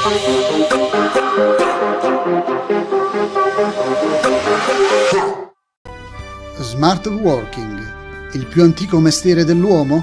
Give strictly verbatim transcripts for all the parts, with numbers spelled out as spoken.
Smart working, il più antico mestiere dell'uomo?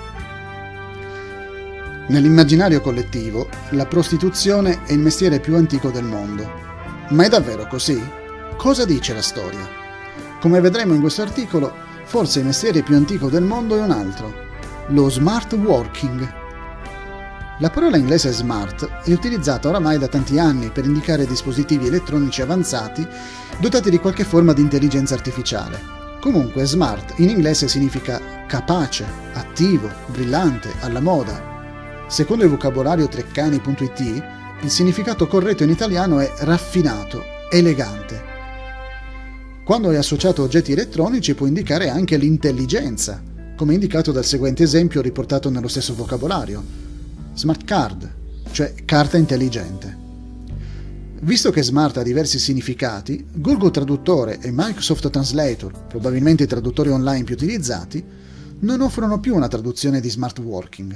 Nell'immaginario collettivo, la prostituzione è il mestiere più antico del mondo. Ma è davvero così? Cosa dice la storia? Come vedremo in questo articolo, forse il mestiere più antico del mondo è un altro, lo smart working. La parola inglese smart è utilizzata oramai da tanti anni per indicare dispositivi elettronici avanzati dotati di qualche forma di intelligenza artificiale. Comunque smart in inglese significa capace, attivo, brillante, alla moda. Secondo il vocabolario treccani punto it, il significato corretto in italiano è raffinato, elegante. Quando è associato a oggetti elettronici può indicare anche l'intelligenza, come indicato dal seguente esempio riportato nello stesso vocabolario. Smart card, cioè carta intelligente. Visto che smart ha diversi significati, Google Traduttore e Microsoft Translator, probabilmente i traduttori online più utilizzati, non offrono più una traduzione di smart working.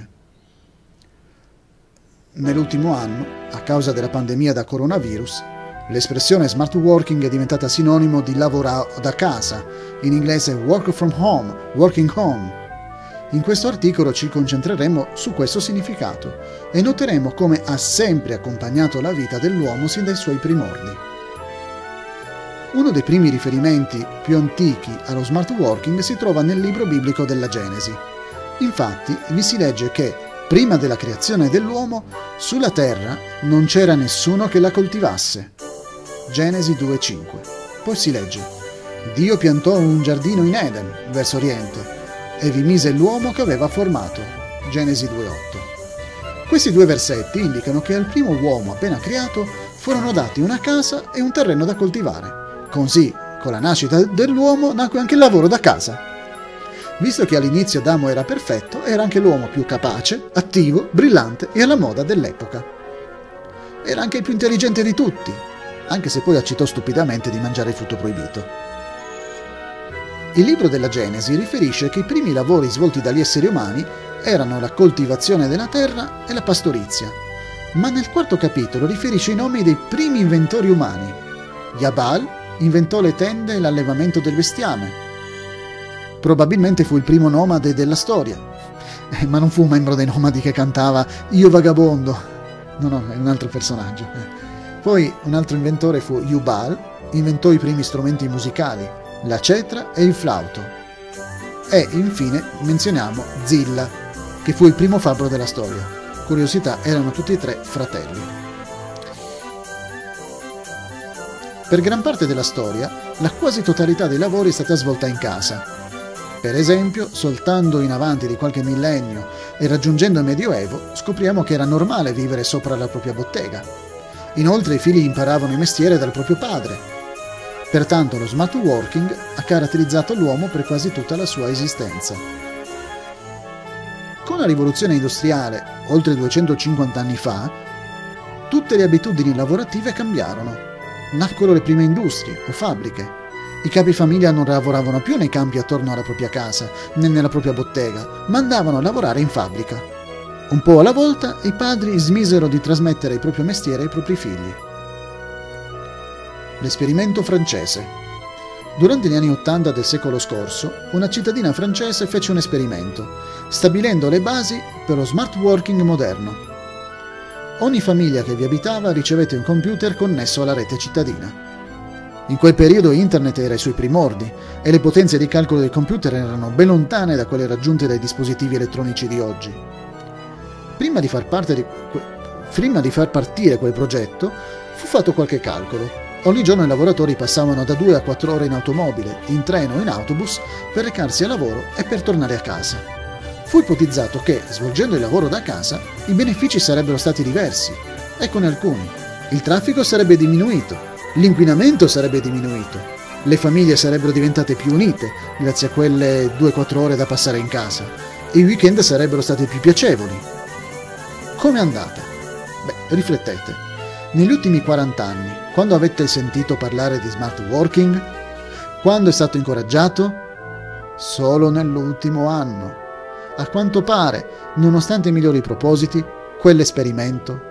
Nell'ultimo anno, a causa della pandemia da coronavirus, l'espressione smart working è diventata sinonimo di lavoro da casa, in inglese work from home, working home. In questo articolo ci concentreremo su questo significato e noteremo come ha sempre accompagnato la vita dell'uomo sin dai suoi primordi. Uno dei primi riferimenti più antichi allo smart working si trova nel libro biblico della Genesi. Infatti vi si legge che, prima della creazione dell'uomo, sulla terra non c'era nessuno che la coltivasse. Genesi due cinque. Poi si legge: Dio piantò un giardino in Eden, verso oriente, e vi mise l'uomo che aveva formato. Genesi due otto. Questi due versetti indicano che al primo uomo appena creato furono dati una casa e un terreno da coltivare. Così, con la nascita dell'uomo, nacque anche il lavoro da casa. Visto che all'inizio Adamo era perfetto, era anche l'uomo più capace, attivo, brillante e alla moda dell'epoca. Era anche il più intelligente di tutti, anche se poi accettò stupidamente di mangiare il frutto proibito. Il libro della Genesi riferisce che i primi lavori svolti dagli esseri umani erano la coltivazione della terra e la pastorizia, ma nel quarto capitolo riferisce i nomi dei primi inventori umani. Jabal inventò le tende e l'allevamento del bestiame. Probabilmente fu il primo nomade della storia, eh, ma non fu un membro dei nomadi che cantava "Io vagabondo". No, no, è un altro personaggio. Poi un altro inventore fu Jubal, inventò i primi strumenti musicali, la cetra e il flauto. E infine menzioniamo Zilla, che fu il primo fabbro della storia. Curiosità, erano tutti e tre fratelli. Per gran parte della storia, la quasi totalità dei lavori è stata svolta in casa. Per esempio, soltanto in avanti di qualche millennio e raggiungendo il Medioevo, scopriamo che era normale vivere sopra la propria bottega. Inoltre i figli imparavano il mestiere dal proprio padre. Pertanto lo smart working ha caratterizzato l'uomo per quasi tutta la sua esistenza. Con la rivoluzione industriale, oltre duecentocinquanta anni fa, tutte le abitudini lavorative cambiarono. Nacquero le prime industrie o fabbriche. I capifamiglia non lavoravano più nei campi attorno alla propria casa, né nella propria bottega, ma andavano a lavorare in fabbrica. Un po' alla volta i padri smisero di trasmettere il proprio mestiere ai propri figli. L'esperimento francese. Durante gli anni ottanta del secolo scorso, una cittadina francese fece un esperimento, stabilendo le basi per lo smart working moderno. Ogni famiglia che vi abitava ricevette un computer connesso alla rete cittadina. In quel periodo internet era ai suoi primordi e le potenze di calcolo del computer erano ben lontane da quelle raggiunte dai dispositivi elettronici di oggi. Prima di far parte di que- prima di far partire quel progetto, fu fatto qualche calcolo. Ogni giorno i lavoratori passavano da due a quattro ore in automobile, in treno o in autobus per recarsi al lavoro e per tornare a casa. Fu ipotizzato che, svolgendo il lavoro da casa, i benefici sarebbero stati diversi. Eccone alcuni. Il traffico sarebbe diminuito, l'inquinamento sarebbe diminuito, le famiglie sarebbero diventate più unite grazie a quelle due quattro ore da passare in casa, e i weekend sarebbero stati più piacevoli. Come è andata? Beh, riflettete. Negli ultimi quaranta anni, quando avete sentito parlare di smart working? Quando è stato incoraggiato? Solo nell'ultimo anno. A quanto pare, nonostante i migliori propositi, quell'esperimento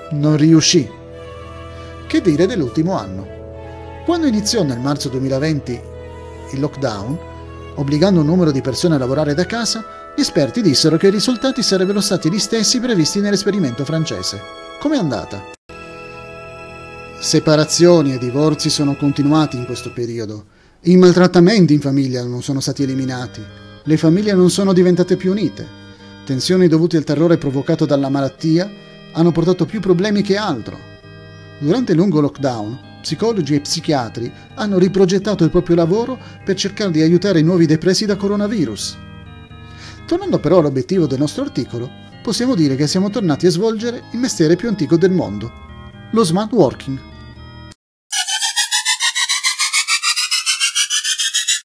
Non riuscì. Che dire dell'ultimo anno? Quando iniziò nel marzo duemilaventi il lockdown, obbligando un numero di persone a lavorare da casa, gli esperti dissero che i risultati sarebbero stati gli stessi previsti nell'esperimento francese. Com'è andata? Separazioni e divorzi sono continuati in questo periodo. I maltrattamenti in famiglia non sono stati eliminati. Le famiglie non sono diventate più unite. Tensioni dovute al terrore provocato dalla malattia hanno portato più problemi che altro. Durante il lungo lockdown, psicologi e psichiatri hanno riprogettato il proprio lavoro per cercare di aiutare i nuovi depressi da coronavirus. Tornando però all'obiettivo del nostro articolo, possiamo dire che siamo tornati a svolgere il mestiere più antico del mondo, lo smart working.